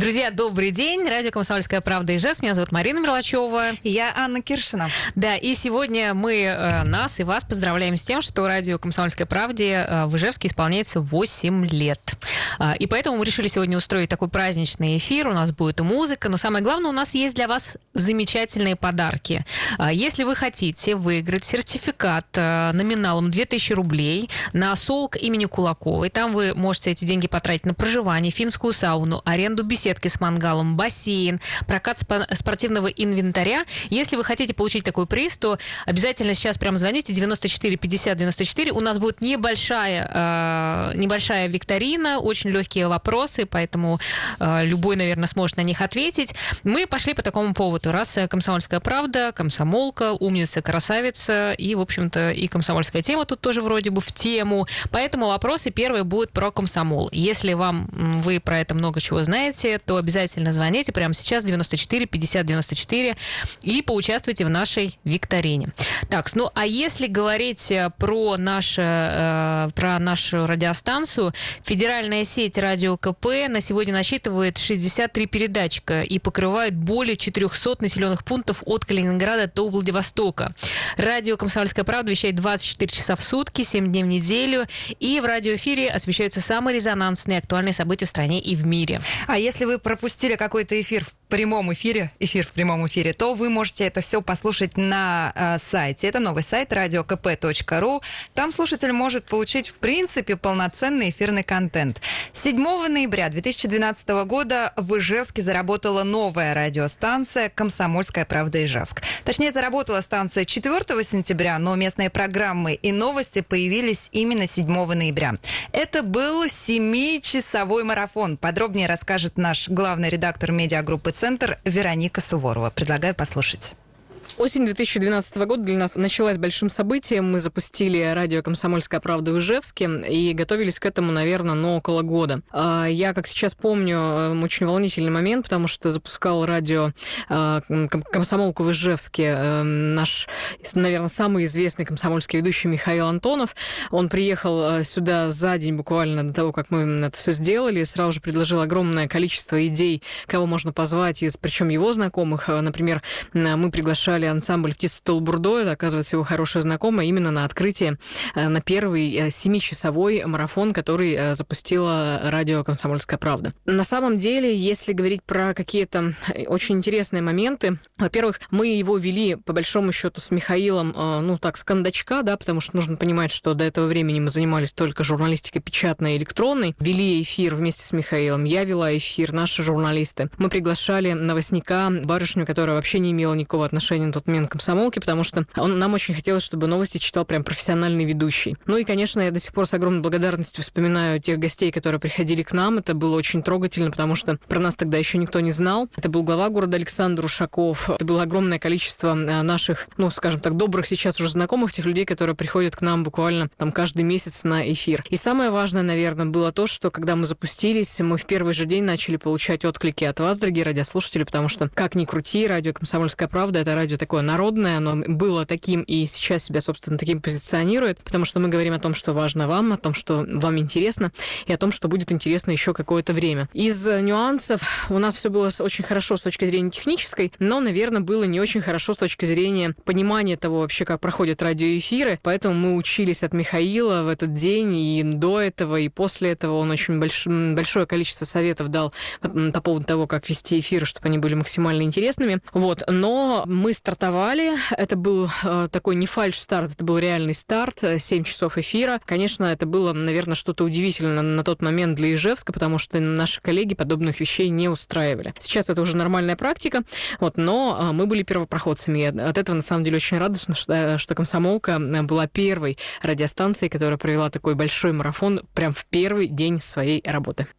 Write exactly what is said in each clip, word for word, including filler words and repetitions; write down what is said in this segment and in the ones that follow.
Друзья, добрый день. Радио «Комсомольская правда» Ижевск. Меня зовут Марина Мерлачева. И я Анна Киршина. Да, и сегодня мы э, нас и вас поздравляем с тем, что радио «Комсомольская правда» э, в Ижевске исполняется восемь лет. Э, и поэтому мы решили сегодня устроить такой праздничный эфир. У нас будет и музыка, но самое главное, у нас есть для вас замечательные подарки. Э, если вы хотите выиграть сертификат э, номиналом две тысячи рублей на Солк имени Кулаковой, там вы можете эти деньги потратить на проживание, финскую сауну, аренду беседки с мангалом, бассейн, прокат спортивного инвентаря. Если вы хотите получить такой приз, то обязательно сейчас прямо звоните девяносто четыре пятьдесят девяносто четыре. У нас будет небольшая, э, небольшая викторина, очень легкие вопросы, поэтому э, любой, наверное, сможет на них ответить. Мы пошли по такому поводу. Раз «Комсомольская правда», комсомолка, умница, красавица, и, в общем-то, и комсомольская тема тут тоже вроде бы в тему. Поэтому вопросы первые будут про комсомол. Если вам вы про это много чего знаете, то обязательно звоните прямо сейчас девяносто четыре пятьдесят девяносто четыре и поучаствуйте в нашей викторине. Так, ну а если говорить про, наше, э, про нашу радиостанцию, федеральная сеть Радио КП на сегодня насчитывает шестьдесят три передатчика и покрывает более четыреста населенных пунктов от Калининграда до Владивостока. Радио «Комсомольская правда» вещает двадцать четыре часа в сутки, семь дней в неделю, и в радиоэфире освещаются самые резонансные актуальные события в стране и в мире. А если вы пропустили какой-то эфир в прямом эфире, эфир в прямом эфире, то вы можете это все послушать на э, сайте. Это новый сайт радио ка пэ точка ру. Там слушатель может получить, в принципе, полноценный эфирный контент. седьмого ноября две тысячи двенадцатого года в Ижевске заработала новая радиостанция «Комсомольская правда» Ижевск. Точнее, заработала станция четвёртого сентября, но местные программы и новости появились именно седьмого ноября. Это был семичасовой марафон. Подробнее расскажет наш главный редактор медиагруппы «Центр» Вероника Суворова. Предлагаю послушать. Осень две тысячи двенадцатого года для нас началась большим событием. Мы запустили радио «Комсомольская правда» в Ижевске и готовились к этому, наверное, ну, около года. Я, как сейчас помню, очень волнительный момент, потому что запускал радио «Комсомолку» в Ижевске наш, наверное, самый известный комсомольский ведущий Михаил Антонов. Он приехал сюда за день буквально до того, как мы это все сделали, и сразу же предложил огромное количество идей, кого можно позвать, из, причем его знакомых. Например, мы приглашали ансамбль «Птица Талбурдо», это, оказывается, его хорошая знакомая, именно на открытие, на первый семичасовой марафон, который запустила радио «Комсомольская правда». На самом деле, если говорить про какие-то очень интересные моменты, во-первых, мы его вели, по большому счету, с Михаилом, ну так, с кондачка, да, потому что нужно понимать, что до этого времени мы занимались только журналистикой печатной и электронной, вели эфир вместе с Михаилом, я вела эфир, наши журналисты. Мы приглашали новостника, барышню, которая вообще не имела никакого отношения на тот момент к комсомолке, потому что он, нам очень хотелось, чтобы новости читал прям профессиональный ведущий. Ну и, конечно, я до сих пор с огромной благодарностью вспоминаю тех гостей, которые приходили к нам. Это было очень трогательно, потому что про нас тогда еще никто не знал. Это был глава города Александр Ушаков. Это было огромное количество наших, ну, скажем так, добрых сейчас уже знакомых, тех людей, которые приходят к нам буквально там каждый месяц на эфир. И самое важное, наверное, было то, что когда мы запустились, мы в первый же день начали получать отклики от вас, дорогие радиослушатели, потому что, как ни крути, радио «Комсомольская правда» — это радио такое народное, оно было таким и сейчас себя, собственно, таким позиционирует, потому что мы говорим о том, что важно вам, о том, что вам интересно, и о том, что будет интересно еще какое-то время. Из нюансов у нас все было очень хорошо с точки зрения технической, но, наверное, было не очень хорошо с точки зрения понимания того вообще, как проходят радиоэфиры, поэтому мы учились от Михаила в этот день, и до этого, и после этого он очень больш... большое количество советов дал по поводу того, как вести эфиры, чтобы они были максимально интересными. Вот. Но мы стартовали. Это был э, такой не фальш-старт, это был реальный старт, семь часов эфира. Конечно, это было, наверное, что-то удивительное на тот момент для Ижевска, потому что наши коллеги подобных вещей не устраивали. Сейчас это уже нормальная практика, вот, но э, мы были первопроходцами. И от этого, на самом деле, очень радостно, что, что «Комсомолка» была первой радиостанцией, которая провела такой большой марафон прям в первый день своей работы.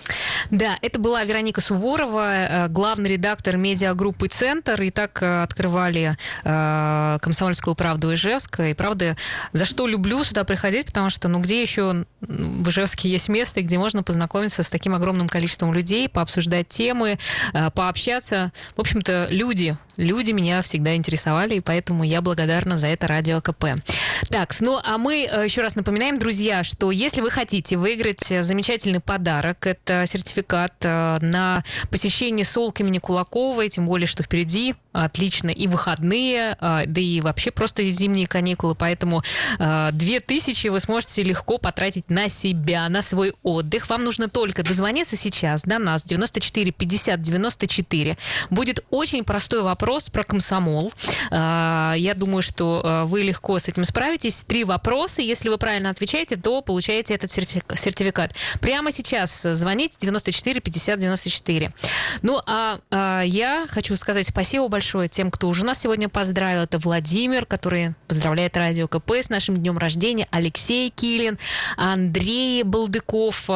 Да, это была Вероника Суворова, главный редактор медиагруппы «Центр». И так открывали э, «Комсомольскую правду» Ижевска. И, правда, за что люблю сюда приходить, потому что, ну, где еще в Ижевске есть место, где можно познакомиться с таким огромным количеством людей, пообсуждать темы, э, пообщаться. В общем-то, люди, люди меня всегда интересовали, и поэтому я благодарна за это радио КП. Так, ну, а мы еще раз напоминаем, друзья, что если вы хотите выиграть замечательный подарок, это сертификат сертификат на посещение СОЛК имени Кулаковой, тем более, что впереди отлично и выходные, да и вообще просто зимние каникулы, поэтому две тысячи вы сможете легко потратить на себя, на свой отдых. Вам нужно только дозвониться сейчас до нас, девяносто четыре пятьдесят девяносто четыре. Будет очень простой вопрос про комсомол. Я думаю, что вы легко с этим справитесь. Три вопроса. Если вы правильно отвечаете, то получаете этот сертификат. Прямо сейчас звоните девяносто четыре пятьдесят девяносто четыре. Ну, а, а я хочу сказать спасибо большое тем, кто уже нас сегодня поздравил. Это Владимир, который поздравляет Радио КП с нашим днем рождения, Алексей Килин, Андрей Балдыков.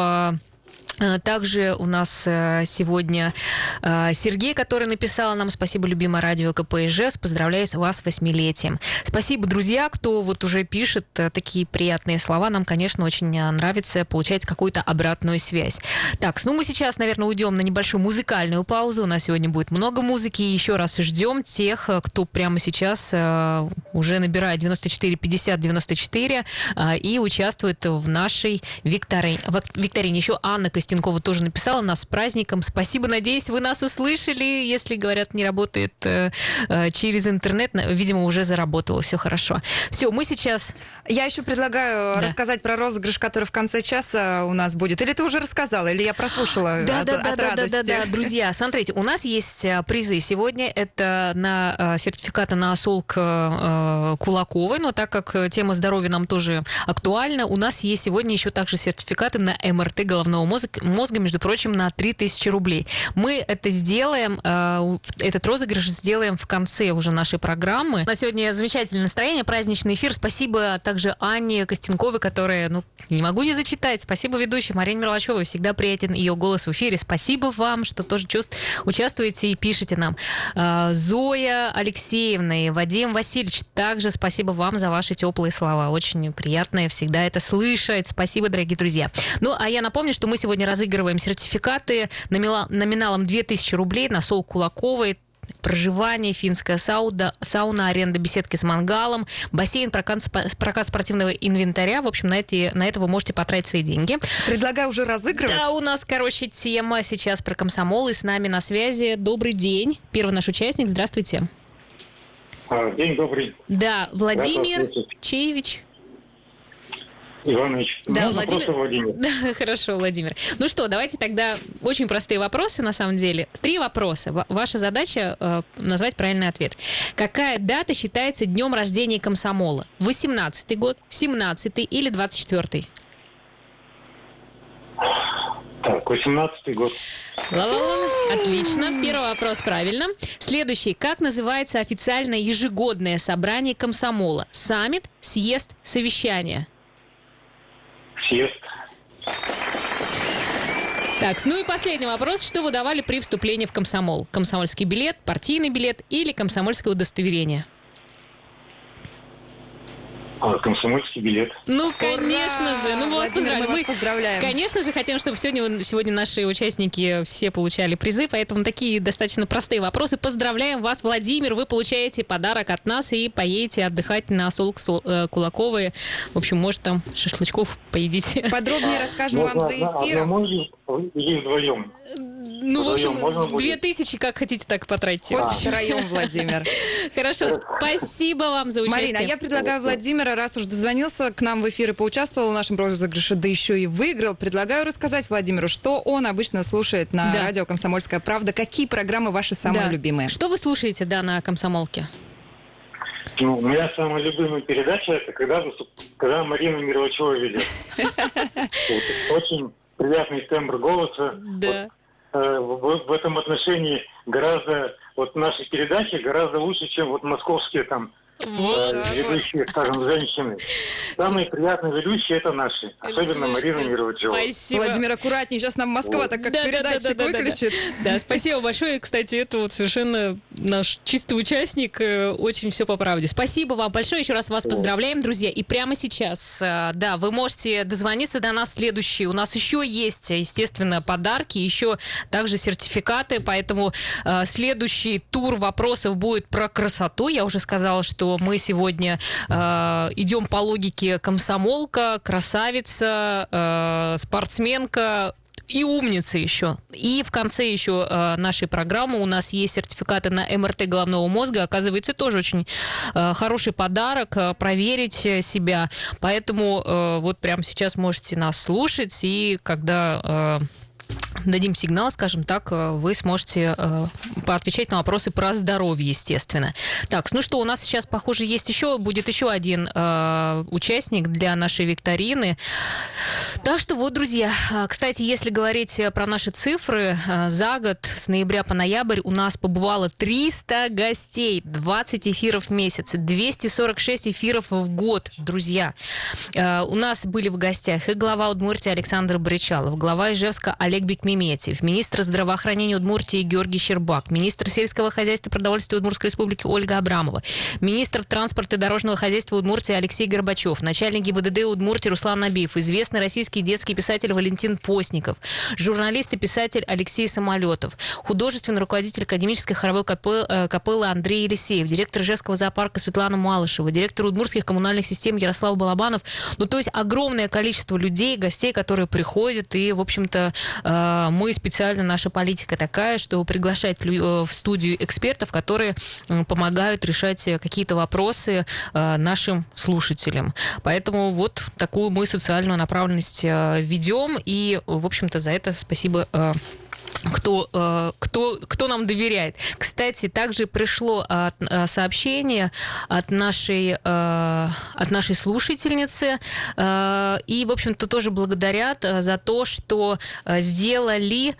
Также у нас сегодня Сергей, который написал нам: спасибо, любимое радио КП Ижевск, поздравляю вас с восьмилетием. Спасибо, друзья, кто вот уже пишет такие приятные слова. Нам, конечно, очень нравится получать какую-то обратную связь. Так, ну мы сейчас, наверное, уйдем на небольшую музыкальную паузу. У нас сегодня будет много музыки. И еще раз ждем тех, кто прямо сейчас уже набирает девяносто четыре пятьдесят девяносто четыре и участвует в нашей викторине. викторине. Еще Анна Костенкова тоже написала: нас с праздником. Спасибо, надеюсь, вы нас услышали. Если, говорят, не работает э, э, через интернет, видимо, уже заработало. Все хорошо. Все, мы сейчас... Я еще предлагаю да. рассказать про розыгрыш, который в конце часа у нас будет. Или ты уже рассказала, или я прослушала да, от, да, от да, радости? Да, да, да, друзья, смотрите, у нас есть призы сегодня. Это на сертификаты на СОЛК э, Кулаковой, но так как тема здоровья нам тоже актуальна, у нас есть сегодня еще также сертификаты на эм эр тэ головного мозга, мозга, между прочим, на три тысячи рублей. Мы это сделаем, этот розыгрыш сделаем в конце уже нашей программы. На сегодня замечательное настроение, праздничный эфир. Спасибо также Анне Костенковой, которая, ну, не могу не зачитать. Спасибо ведущей Марине Мерлачевой. Всегда приятен ее голос в эфире. Спасибо вам, что тоже чувств... участвуете и пишете нам. Зоя Алексеевна и Вадим Васильевич, также спасибо вам за ваши теплые слова. Очень приятно всегда это слышать. Спасибо, дорогие друзья. Ну, а я напомню, что мы сегодня разыгрываем сертификаты номиналом две тысячи рублей на СОЛК Кулаковой. Проживание, финская сауна, сауна, аренда беседки с мангалом, бассейн, прокат, прокат спортивного инвентаря. В общем, на, эти, на это вы можете потратить свои деньги. Предлагаю уже разыгрывать. Да, у нас, короче, тема сейчас про комсомол, и с нами на связи. Добрый день. Первый наш участник. Здравствуйте. День добрый. Да, Владимир Чеевич. Иванович. Да, Можно Владимир... просто Владимир. Да, хорошо, Владимир. Ну что, давайте тогда очень простые вопросы, на самом деле. Три вопроса. Ваша задача э, назвать правильный ответ. Какая дата считается днем рождения комсомола? восемнадцатый год, семнадцатый или двадцать четвёртый? Так, восемнадцатый год. Ла-ла-ла. Отлично. Первый вопрос правильно. Следующий. Как называется официальное ежегодное собрание комсомола? Саммит, съезд, совещание? Съезд. Так, ну и последний вопрос. Что вы давали при вступлении в комсомол? Комсомольский билет, партийный билет или комсомольское удостоверение? А, комсомольский билет. Ну, конечно же. Ну, мы вас поздравляем. Мы вас поздравляем. Конечно же, хотим, чтобы сегодня, сегодня наши участники все получали призы, поэтому такие достаточно простые вопросы. Поздравляем вас, Владимир. Вы получаете подарок от нас и поедете отдыхать на СОЛК Кулаковой. В общем, может, там шашлычков поедите. Подробнее расскажем вам за эфиром. Или вдвоем? Ну, в общем, две тысячи, как хотите, так потратьте. Хоть втроем, Владимир. Хорошо, спасибо вам за участие. Марина, а я предлагаю Владимира, раз уж дозвонился к нам в эфир и поучаствовал в нашем розыгрыше, да еще и выиграл, предлагаю рассказать Владимиру, что он обычно слушает на да. радио «Комсомольская правда». Какие программы ваши самые да. любимые? Что вы слушаете, да, на «Комсомолке»? Ну, моя самая любимая передача — это когда, когда Марина Мерлачева ведет. Очень приятный тембр голоса. Да. В, в этом отношении гораздо, вот наши передачи гораздо лучше, чем вот московские там Вот, э, ведущие, вот. скажем, женщины. Самые приятные ведущие — это наши, особенно Слушайте, Марина Мерлачева. Спасибо. Владимир, аккуратней, сейчас нам Москва вот. так как да, передатчик да, да, да, выключит. Да, да. да, спасибо большое. Кстати, это вот совершенно наш чистый участник. Очень все по правде. Спасибо вам большое. Еще раз вас поздравляем, друзья. И прямо сейчас, да, вы можете дозвониться до нас следующие. У нас еще есть, естественно, подарки, еще также сертификаты. Поэтому следующий тур вопросов будет про красоту. Я уже сказала, что мы сегодня э, идем по логике комсомолка, красавица, э, спортсменка. и умница еще. И в конце еще э, нашей программы у нас есть сертификаты на эм эр тэ головного мозга. Оказывается, тоже очень э, хороший подарок, э, проверить себя. Поэтому э, вот прямо сейчас можете нас слушать, и когда... Э, дадим сигнал, скажем так, вы сможете э, поотвечать на вопросы про здоровье, естественно. Так, ну что, у нас сейчас, похоже, есть еще, будет еще один э, участник для нашей викторины. Так что вот, друзья, кстати, если говорить про наши цифры, э, за год с ноября по ноябрь у нас побывало триста гостей, двадцать эфиров в месяц, двести сорок шесть эфиров в год, друзья. Э, у нас были в гостях и глава Удмуртии Александр Бричалов, глава Ижевска Олег Бекмеметьев, министр здравоохранения Удмуртии Георгий Щербак, министр сельского хозяйства и продовольствия Удмуртской республики Ольга Абрамова, министр транспорта и дорожного хозяйства Удмуртии Алексей Горбачев, начальник ГИБДД Удмуртии Руслан Набиев, известный российский детский писатель Валентин Постников, журналист и писатель Алексей Самолетов, художественный руководитель академической хоровой капеллы Андрей Елисеев, директор Ижевского зоопарка Светлана Малышева, директор удмуртских коммунальных систем Ярослав Балабанов. Ну, то есть огромное количество людей, гостей, которые приходят, и, в общем-то, мы специально, наша политика такая, что приглашать в студию экспертов, которые помогают решать какие-то вопросы нашим слушателям. Поэтому вот такую мы социальную направленность ведем, и, в общем-то, за это спасибо Кто, кто, кто нам доверяет. Кстати, также пришло от, сообщение от нашей, от нашей слушательницы, и, в общем-то, тоже благодарят за то, что сделали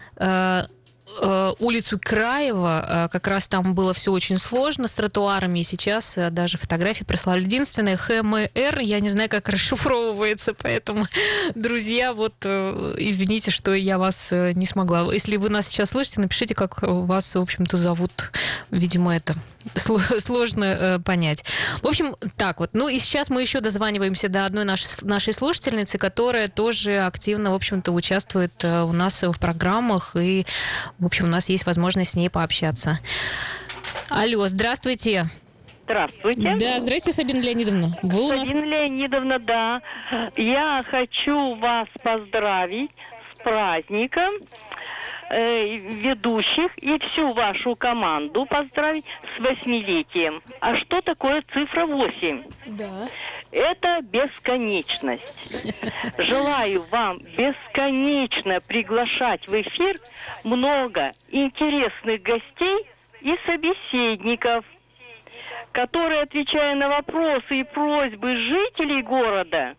улицу Краева, как раз там было все очень сложно с тротуарами, и сейчас даже фотографии прислали. Единственное, ха эм эр, я не знаю, как расшифровывается, поэтому, друзья, вот извините, что я вас не смогла. Если вы нас сейчас слышите, напишите, как вас, в общем-то, зовут. Видимо, это сложно понять. В общем, так вот. Ну и сейчас мы еще дозваниваемся до одной нашей, нашей слушательницы, которая тоже активно, в общем-то, участвует у нас в программах, и в общем, у нас есть возможность с ней пообщаться. Алло, здравствуйте. Здравствуйте. Да, здравствуйте, Сабина Леонидовна. Вы у нас... Сабина Леонидовна, да. Я хочу вас поздравить с праздником, э, ведущих и всю вашу команду поздравить с восьмилетием. А что такое цифра восемь? Да. Это бесконечность. Желаю вам бесконечно приглашать в эфир много интересных гостей и собеседников, которые, отвечая на вопросы и просьбы жителей города,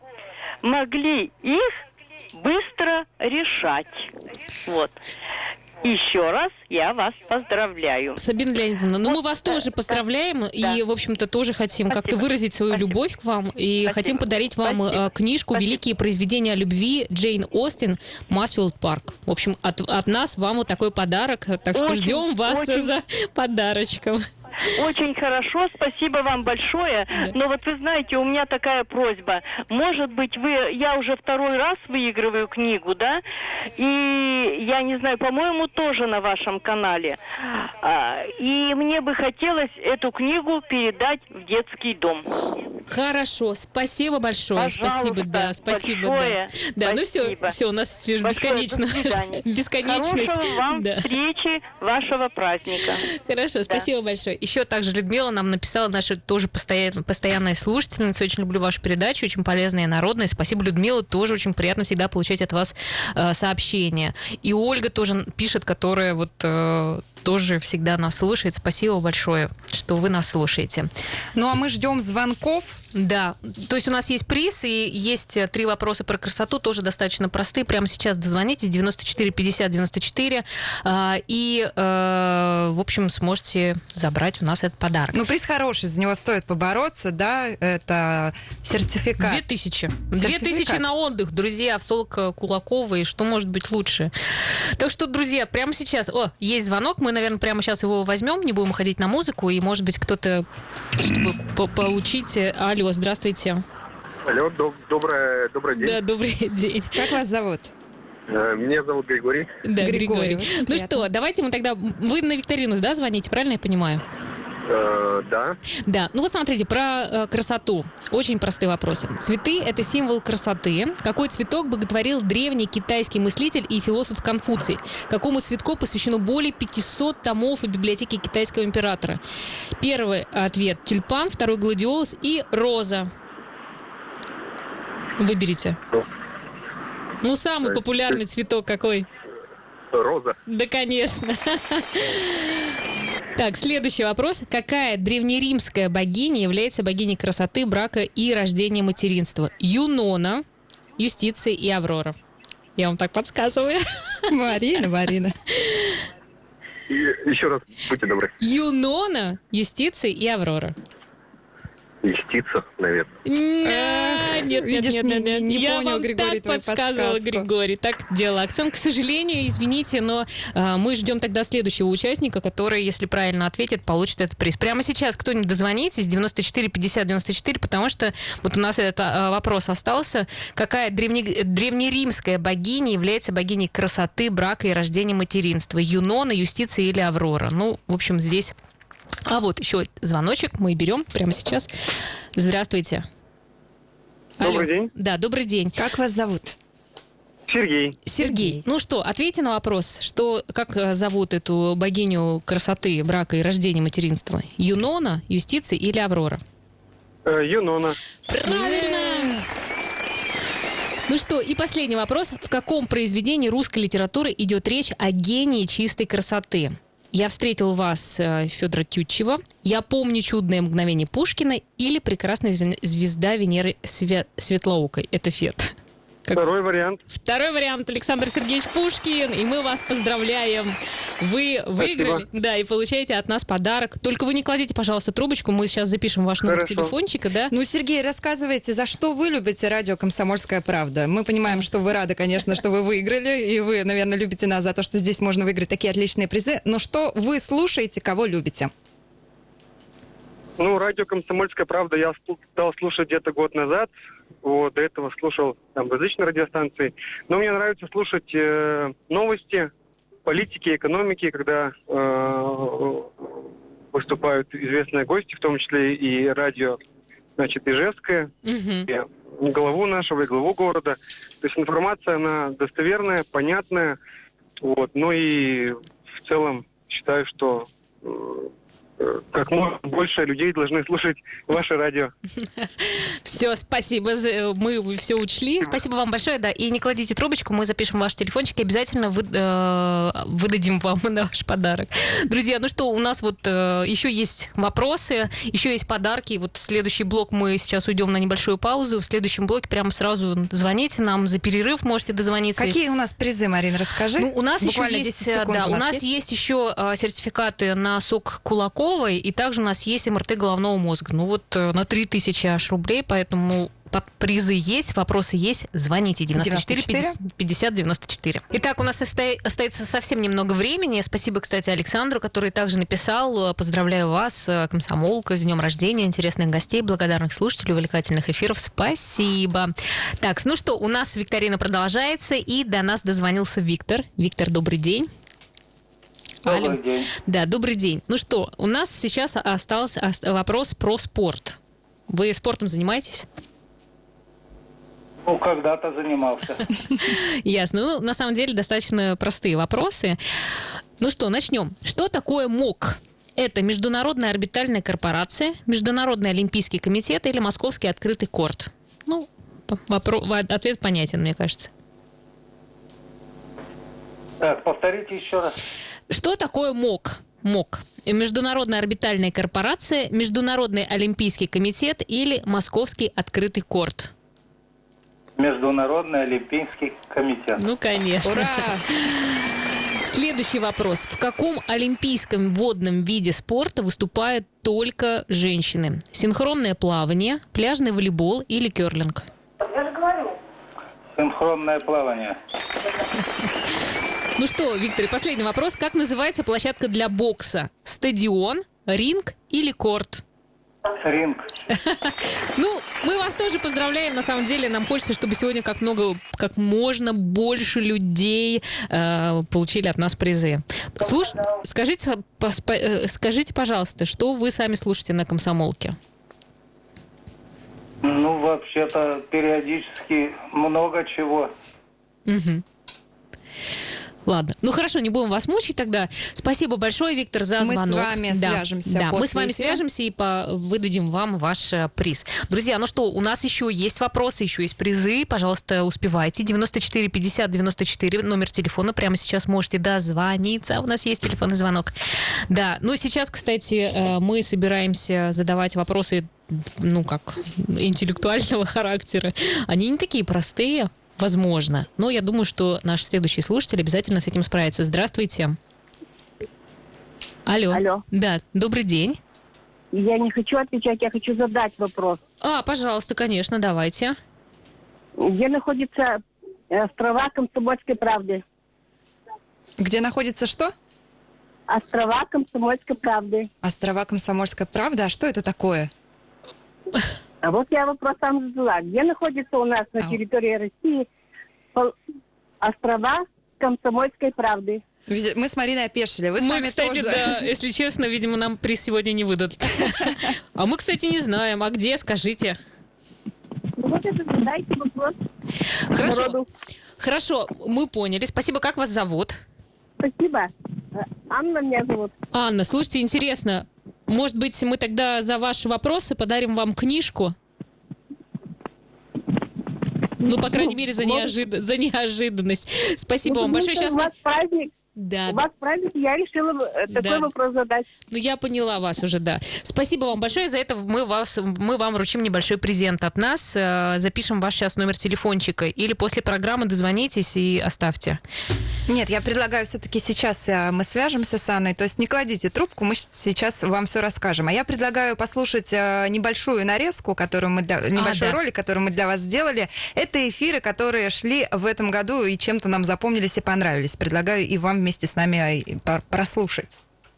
могли их быстро решать. Вот. Еще раз я вас поздравляю. Сабина Леонидовна, ну вот, мы вас да, тоже поздравляем, да, и, в общем-то, тоже хотим Спасибо. как-то выразить свою Спасибо. любовь к вам, и Спасибо. хотим подарить вам Спасибо. книжку Спасибо. «Великие произведения о любви» Джейн Остин «Масфилд Парк». В общем, от, от нас вам вот такой подарок, так что Очень, ждем вас очень... за подарочком. Очень хорошо, спасибо вам большое. Да. Но вот вы знаете, у меня такая просьба. Может быть, вы, я уже второй раз выигрываю книгу, да? И я не знаю, по-моему, тоже на вашем канале. И мне бы хотелось эту книгу передать в детский дом. Хорошо, спасибо большое. Пожалуйста, спасибо, да, спасибо. большое. Да, да, ну Спасибо. все, все, у нас Большое бесконечно. до свидания. Бесконечность. Хорошего вам Да. встречи вашего праздника. Хорошо, спасибо большое. Еще также Людмила нам написала, наша тоже постоянная, постоянная слушательница. Очень люблю вашу передачу, очень полезная и народная. Спасибо, Людмила. Тоже очень приятно всегда получать от вас э, сообщения. И Ольга тоже пишет, которая вот э, тоже всегда нас слушает. Спасибо большое, что вы нас слушаете. Ну, а мы ждем звонков. Да, то есть у нас есть приз, и есть три вопроса про красоту, тоже достаточно простые. Прямо сейчас дозвонитесь, девяносто четыре пятьдесят девяносто четыре, и, в общем, сможете забрать у нас этот подарок. Ну, приз хороший, за него стоит побороться, да, это сертификат. Две тысячи. Две тысячи на отдых, друзья, в Солк Кулакова, и что может быть лучше? Так что, друзья, прямо сейчас... О, есть звонок, мы, наверное, прямо сейчас его возьмем, не будем уходить на музыку, и, может быть, кто-то, чтобы получить... Алло, здравствуйте. Алло, доб- доброе, добрый день. Да, добрый день. Как вас зовут? Э, Меня зовут Григорий. Да, Григорий, Григорий. очень Ну приятно. что, давайте мы тогда... Вы на викторину, да, звоните, правильно я понимаю? Э, да. Да, ну вот смотрите, про э, красоту. Очень простые вопросы. Цветы – это символ красоты. Какой цветок боготворил древний китайский мыслитель и философ Конфуций? Какому цветку посвящено более пятисот томов в библиотеке китайского императора? Первый ответ – тюльпан, второй – гладиолус и роза. Выберите. Ну, самый популярный цветок какой? Роза. Да, конечно. Так, следующий вопрос. Какая древнеримская богиня является богиней красоты, брака и рождения материнства? Юнона, Юстиция и Аврора. Я вам так подсказываю. Марина, Марина. И еще раз, будьте добры. Юнона, Юстиция и Аврора. Юстица, наверное. Нет, нет, видишь, нет, не- нет, нет. не Я понял, вам Григорий, так твою подсказывала, подсказку. Григорий. Так дело. Акцент, к сожалению, извините, но э, мы ждем тогда следующего участника, который, если правильно ответит, получит этот приз. Прямо сейчас кто-нибудь дозвонитесь, девяносто четыре пятьдесят девяносто четыре, потому что вот у нас этот э, вопрос остался. Какая древне- древнеримская богиня является богиней красоты, брака и рождения материнства? Юнона, Юстиция или Аврора? Ну, в общем, здесь... А вот еще звоночек мы берем прямо сейчас. Здравствуйте. Добрый Алло. день. Да, добрый день. Как вас зовут? Сергей. Сергей, Сергей. ну что, ответьте на вопрос, что, как э, зовут эту богиню красоты, брака и рождения материнства? Юнона, Юстиция или Аврора? Э, Юнона. Правильно! Ну что, и последний вопрос. В каком произведении русской литературы идет речь о гении чистой красоты? «Я встретил вас» Федора Тютчева, «Я помню чудное мгновение» Пушкина или «Прекрасная зве- звезда Венеры Све- Светлоукой». Это Фет. Как- Второй вариант. Второй вариант. Александр Сергеевич Пушкин. И мы вас поздравляем. Вы выиграли. Да, и получаете от нас подарок. Только вы не кладите, пожалуйста, трубочку. Мы сейчас запишем ваш номер Хорошо. телефончика, да? Ну, Сергей, рассказывайте, за что вы любите радио «Комсомольская правда». Мы понимаем, что вы рады, конечно, что вы выиграли, и вы, наверное, любите нас за то, что здесь можно выиграть такие отличные призы. Но что вы слушаете, кого любите? Ну, радио «Комсомольская правда» я слу- стал слушать где-то год назад. Вот, до этого слушал там различные радиостанции. Но мне нравится слушать э, новости, политики, экономики, когда э, выступают известные гости, в том числе и радио, значит, Ижевское, Мгм. и главу нашего, и главу города. То есть информация, она достоверная, понятная. Вот. Ну и в целом считаю, что э, э, как можно больше людей должны слушать ваше радио. Все, спасибо. за- Мы все учли. Спасибо вам большое. Да, и не кладите трубочку, мы запишем ваш телефончик и обязательно вы- э, выдадим вам наш подарок. Друзья, ну что, у нас вот э, еще есть вопросы, еще есть подарки. Вот следующий блок мы сейчас уйдем на небольшую паузу. В следующем блоке прямо сразу звоните нам за перерыв, можете дозвониться. Какие у нас призы, Марин, расскажи. Ну, у нас Буквально еще десять есть, секунд да, у у нас нас есть? есть еще э, сертификаты на сок Кулаковой, и также у нас есть эм эр тэ головного мозга. Ну вот э, на три тысячи аж рублей, поэтому под- призы есть, вопросы есть. Звоните девяносто четыре пятьдесят девяносто четыре. Итак, у нас оста- остается совсем немного времени. Спасибо, кстати, Александру, который также написал. э, Поздравляю вас, э, комсомолка, с днем рождения, интересных гостей, благодарных слушателей, увлекательных эфиров. Спасибо. Так, ну что, у нас викторина продолжается, и до нас дозвонился Виктор. Виктор, добрый день. Добрый Алло. день. Да, добрый день. Ну что, у нас сейчас остался ос- вопрос про спорт. Вы спортом занимаетесь? Ну, когда-то занимался. Ясно. Ну, на самом деле, достаточно простые вопросы. Ну что, начнем. Что такое МОК? Это Международная орбитальная корпорация, Международный олимпийский комитет или Московский открытый корт? Ну, п- вопро- во- ответ понятен, мне кажется. Так, повторите еще раз. Что такое МОК? МОК. Международная орбитальная корпорация, Международный олимпийский комитет или Московский открытый корт? Международный олимпийский комитет. Ну, конечно. Ура! Следующий вопрос. В каком олимпийском водном виде спорта выступают только женщины? Синхронное плавание, пляжный волейбол или керлинг? Синхронное плавание. Ну что, Виктор, и последний вопрос. Как называется площадка для бокса? Стадион, ринг или корт? Ринг. Ну, мы вас тоже поздравляем. На самом деле, нам хочется, чтобы сегодня как много, как можно больше людей э, получили от нас призы. Слуш... Скажите, поспа... скажите, пожалуйста, что вы сами слушаете на «Комсомолке»? Ну, вообще-то, периодически много чего. Угу. Ладно. Ну хорошо, не будем вас мучить тогда. Спасибо большое, Виктор, за звонок. Мы с вами да. свяжемся. Да, мы с вами эфира. свяжемся и по... выдадим вам ваш приз. Друзья, ну что, у нас еще есть вопросы, еще есть призы. Пожалуйста, успевайте. девяносто четыре пятьдесят девяносто четыре, номер телефона. Прямо сейчас можете дозвониться. У нас есть телефонный звонок. Да, ну сейчас, кстати, мы собираемся задавать вопросы, ну как, интеллектуального характера. Они не такие простые. Возможно. Но я думаю, что наш следующий слушатель обязательно с этим справится. Здравствуйте. Алло. Алло. Да, добрый день. Я не хочу отвечать, я хочу задать вопрос. А, пожалуйста, конечно, давайте. Где находятся острова Комсомольской правды? Где находится что? Острова Комсомольской правды. Острова Комсомольской правды? А что это такое? А вот я вопрос сам задала. Где находится у нас на а. территории России острова Комсомольской правды? Мы с Мариной опешили. Вы с мы, нами кстати, тоже. Да, если честно, видимо, нам приз сегодня не выдадут. А мы, кстати, не знаем. А где, скажите? Ну вот это задайте вопрос. Хорошо. Хорошо, мы поняли. Спасибо. Как вас зовут? Спасибо. Анна меня зовут. Анна, слушайте, интересно. Может быть, мы тогда за ваши вопросы подарим вам книжку? Ну, по крайней мере, за, неожид... за неожиданность. Спасибо ну, вам большое. Сейчас у вас мы... праздник. Да. У вас праздник, я решила такой да. вопрос задать. Ну, я поняла вас уже, да. Спасибо вам большое. За это мы, вас, мы вам вручим небольшой презент от нас. Запишем ваш сейчас номер телефончика. Или после программы дозвонитесь и оставьте. Нет, я предлагаю все-таки сейчас мы свяжемся с Анной. То есть не кладите трубку, мы сейчас вам все расскажем. А я предлагаю послушать небольшую нарезку, которую мы для... небольшой а, да. ролик, который мы для вас сделали. Это эфиры, которые шли в этом году и чем-то нам запомнились и понравились. Предлагаю и вам вместе с нами прослушать.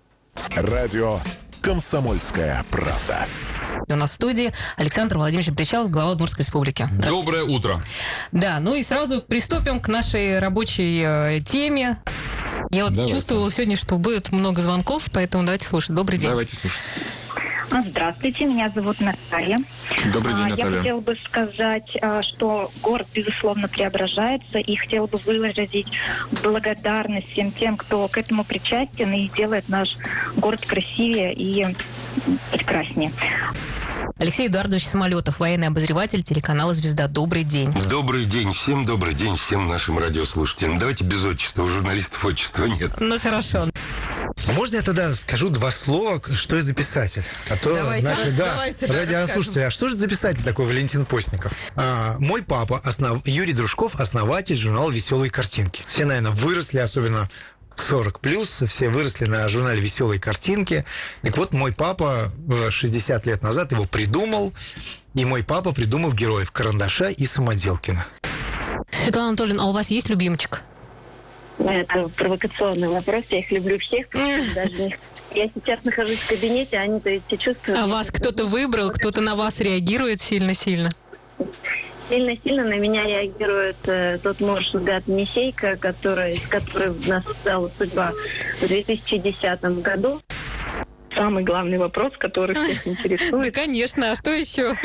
Радио «Комсомольская правда». У нас в студии Александр Владимирович Причалов, глава Удмуртской республики. Доброе утро. Да, ну и сразу приступим к нашей рабочей э, теме. Я вот давайте. чувствовала сегодня, что будет много звонков, поэтому давайте слушать. Добрый день. Давайте слушать. Здравствуйте, меня зовут Наталья. Добрый день, Наталья. Я хотела бы сказать, что город, безусловно, преображается, и хотела бы выразить благодарность всем тем, кто к этому причастен и делает наш город красивее и прекраснее. Алексей Эдуардович Самолетов, военный обозреватель телеканала «Звезда». Добрый день. Добрый день всем, добрый день всем нашим радиослушателям. Давайте без отчества, у журналистов отчества нет. Ну, хорошо. Можно я тогда скажу два слова, что я за писатель? А то давайте, наши, раз, да, давайте, да, радиослушатели, а что же за писатель такой Валентин Постников? А, мой папа, основ... Юрий Дружков, основатель журнала «Веселые картинки». Все, наверное, выросли, особенно сорок плюс, все выросли на журнале «Веселые картинки». Так вот, мой папа шестьдесят лет назад его придумал, и мой папа придумал героев Карандаша и Самоделкина. Светлана Анатольевна, а у вас есть любимчик? Это провокационный вопрос, я их люблю всех, даже я сейчас нахожусь в кабинете, они-то эти чувства... А вас кто-то выбрал, кто-то на вас реагирует сильно-сильно? Сильно-сильно на меня реагирует э, тот муж Гат Мисейко, который, с которым нас стала судьба в две тысячи десятом году. Самый главный вопрос, который всех интересует. Да, конечно, а что еще?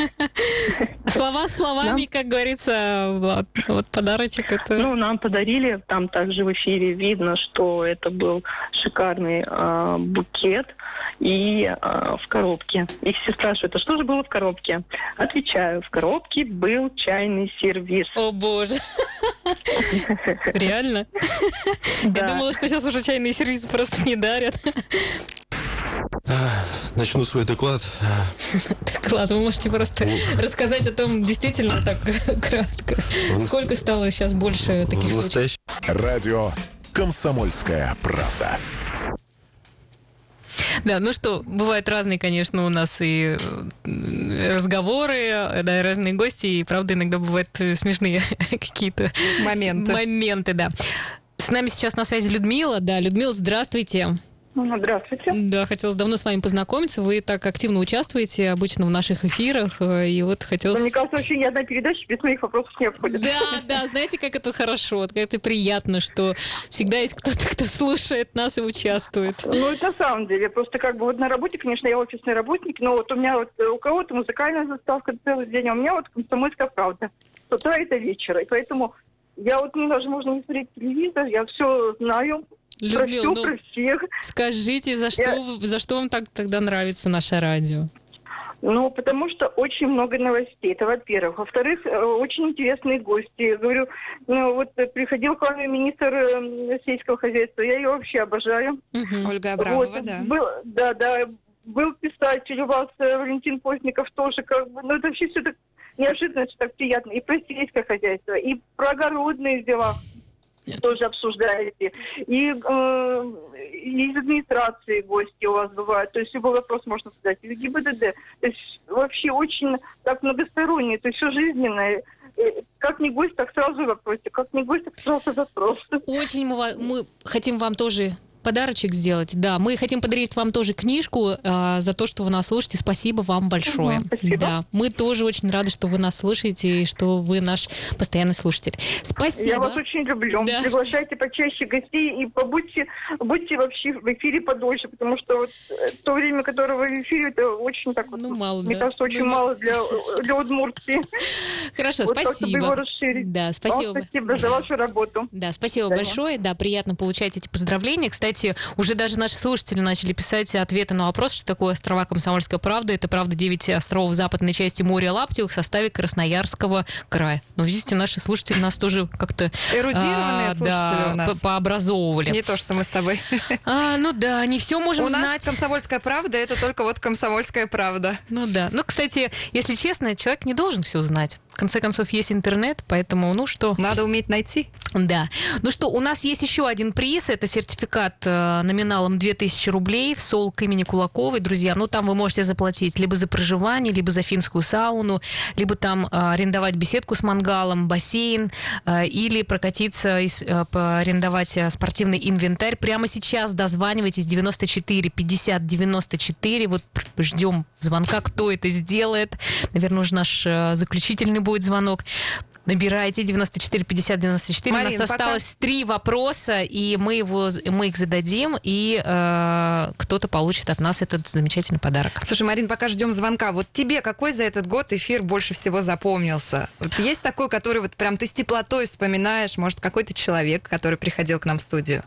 Слова словами, как говорится, вот подарочек это... Ну, нам подарили, там также в эфире видно, что это был шикарный э, букет и э, в коробке. И все спрашивают, а что же было в коробке? Отвечаю, в коробке был чайный сервиз. О, боже! Реально? Я думала, что сейчас уже чайные сервизы просто не дарят. Начну свой доклад. Доклад, вы можете просто рассказать о том, действительно так кратко. Сколько стало сейчас больше таких случаев? Радио «Комсомольская правда». Да, ну что, бывают разные, конечно, у нас и разговоры, да, и разные гости, и, правда, иногда бывают смешные какие-то моменты. Моменты, да. С нами сейчас на связи Людмила. Да, Людмила, здравствуйте. Здравствуйте. Да, хотелось давно с вами познакомиться. Вы так активно участвуете обычно в наших эфирах. И вот хотелось... Мне кажется, вообще ни одна передача без моих вопросов не обходит. Да, да, знаете, как это хорошо, как это приятно, что всегда есть кто-то, кто слушает нас и участвует. Ну, это на самом деле. Просто как бы вот на работе, конечно, я офисный работник, но вот у меня вот у кого-то музыкальная заставка целый день, а у меня вот «Комсомольская правда». С утра и до вечера. И поэтому я вот, мне даже можно не смотреть телевизор, я все знаю. Людмила, ну, про всех. Скажите, за что, Я... за что вам так тогда нравится наше радио? Ну, потому что очень много новостей, это во-первых. Во-вторых, очень интересные гости. Говорю, ну, вот приходил к вам министр сельского хозяйства, я ее вообще обожаю. Угу. Ольга Абрамова, вот, да. Был, да, да. Был писатель у вас, Валентин Постников тоже, как бы, ну, это вообще все так неожиданно, что так приятно. И про сельское хозяйство, и про огородные дела. Нет. Тоже обсуждаете. И э, из администрации гости у вас бывают. То есть любой вопрос можно задать. И ГИБДД. То есть вообще очень так многостороннее. То есть все жизненное. Как не гость, так сразу вопросы. Как не гость, так сразу вопрос. Очень мы, мы хотим вам тоже подарочек сделать. Да, мы хотим подарить вам тоже книжку э, за то, что вы нас слушаете. Спасибо вам большое. Угу, спасибо. Да, мы тоже очень рады, что вы нас слушаете и что вы наш постоянный слушатель. Спасибо. Я вас очень люблю. Да. Приглашайте почаще гостей и побудьте, будьте вообще в эфире подольше, потому что вот то время, которое вы в эфире, это очень так вот, ну, мало, мне да. кажется, очень ну, мало для, для Удмуртии. Хорошо, вот спасибо. Его расширить. Да, спасибо. Вам спасибо за вашу работу. Да, спасибо да. большое. Да, приятно получать эти поздравления. Кстати, уже даже наши слушатели начали писать ответы на вопрос, что такое острова «Комсомольская правда». Это, правда, девять островов в западной части моря Лаптевых в составе Красноярского края. Но, видите, наши слушатели нас тоже как-то... Эрудированные а, слушатели да, у нас. Пообразовывали. Не то, что мы с тобой. А, ну да, не все можем у знать. У нас «Комсомольская правда» — это только вот «Комсомольская правда». Ну да. Ну, кстати, если честно, человек не должен все знать. В конце концов, есть интернет, поэтому, ну что... Надо уметь найти. Да. Ну что, у нас есть еще один приз. Это сертификат э, номиналом две тысячи рублей в СОЛК имени Кулаковой. Друзья, ну там вы можете заплатить либо за проживание, либо за финскую сауну, либо там э, арендовать беседку с мангалом, бассейн, э, или прокатиться, э, арендовать спортивный инвентарь. Прямо сейчас дозванивайтесь девяносто четыре пятьдесят девяносто четыре. Вот ждем звонка, кто это сделает. Наверное, уже наш э, заключительный будет звонок. Набирайте девяносто четыре пятьдесят девяносто четыре. Марин, у нас пока... осталось три вопроса, и мы, его, мы их зададим, и э, кто-то получит от нас этот замечательный подарок. Слушай, Марин, пока ждем звонка. Вот тебе какой за этот год эфир больше всего запомнился? Вот есть такой, который вот прям ты с теплотой вспоминаешь? Может, какой-то человек, который приходил к нам в студию?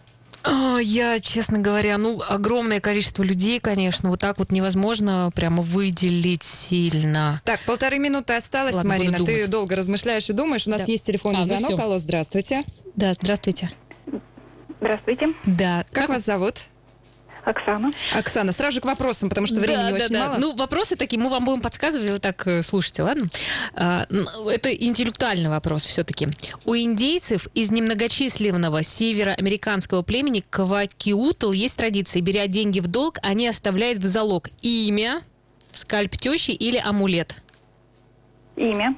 Я, честно говоря, ну, огромное количество людей, конечно, вот так вот невозможно прямо выделить сильно. Так, полторы минуты осталось, Ладно, Марина, ты долго размышляешь и думаешь. У нас да. есть телефонный а, звонок. Ну алло, здравствуйте. Да, здравствуйте. Здравствуйте. Да. Как, как вас зовут? Оксана. Оксана, сразу же к вопросам, потому что времени да, очень да, мало. Да. Ну, вопросы такие, мы вам будем подсказывать, вы так слушайте, ладно? Это интеллектуальный вопрос все-таки. У индейцев из немногочисленного североамериканского племени Квакиутл есть традиция. Беря деньги в долг, они оставляют в залог имя, скальп тещи или амулет. Имя.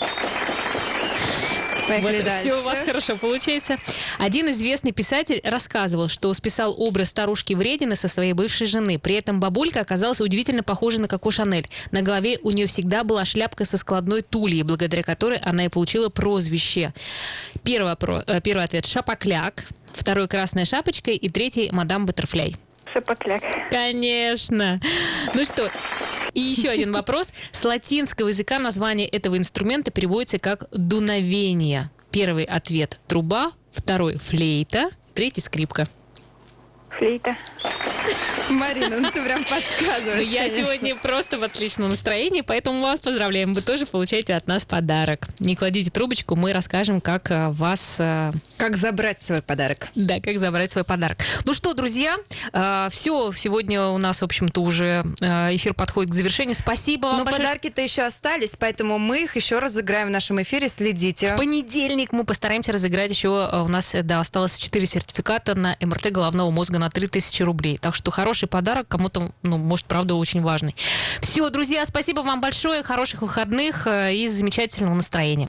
Поехали вот, дальше. Все у вас хорошо получается. Один известный писатель рассказывал, что списал образ старушки Вредины со своей бывшей жены. При этом бабулька оказалась удивительно похожа на Коко Шанель. На голове у нее всегда была шляпка со складной тульей, благодаря которой она и получила прозвище. Первый, первый ответ – Шапокляк. Второй – Красная шапочка. И третий – Мадам Баттерфляй. Шапокляк. Конечно. Ну что... И еще один вопрос. С латинского языка название этого инструмента переводится как «дуновение». Первый ответ – труба, второй – флейта, третий – скрипка. Флейта. Марина, ну ты прям подсказываешь. Я конечно. Сегодня просто в отличном настроении, поэтому вас поздравляем. Вы тоже получаете от нас подарок. Не кладите трубочку, мы расскажем, как вас... Как забрать свой подарок. Да, как забрать свой подарок. Ну что, друзья, все, сегодня у нас, в общем-то, уже эфир подходит к завершению. Спасибо вам Но большое. подарки-то еще остались, поэтому мы их еще разыграем в нашем эфире. Следите. В понедельник мы постараемся разыграть еще, у нас, да, осталось четыре сертификата на эм эр тэ головного мозга на три тысячи рублей. Так что хороший подарок кому-то, ну, может, правда, очень важный. Все, друзья, спасибо вам большое, хороших выходных и замечательного настроения.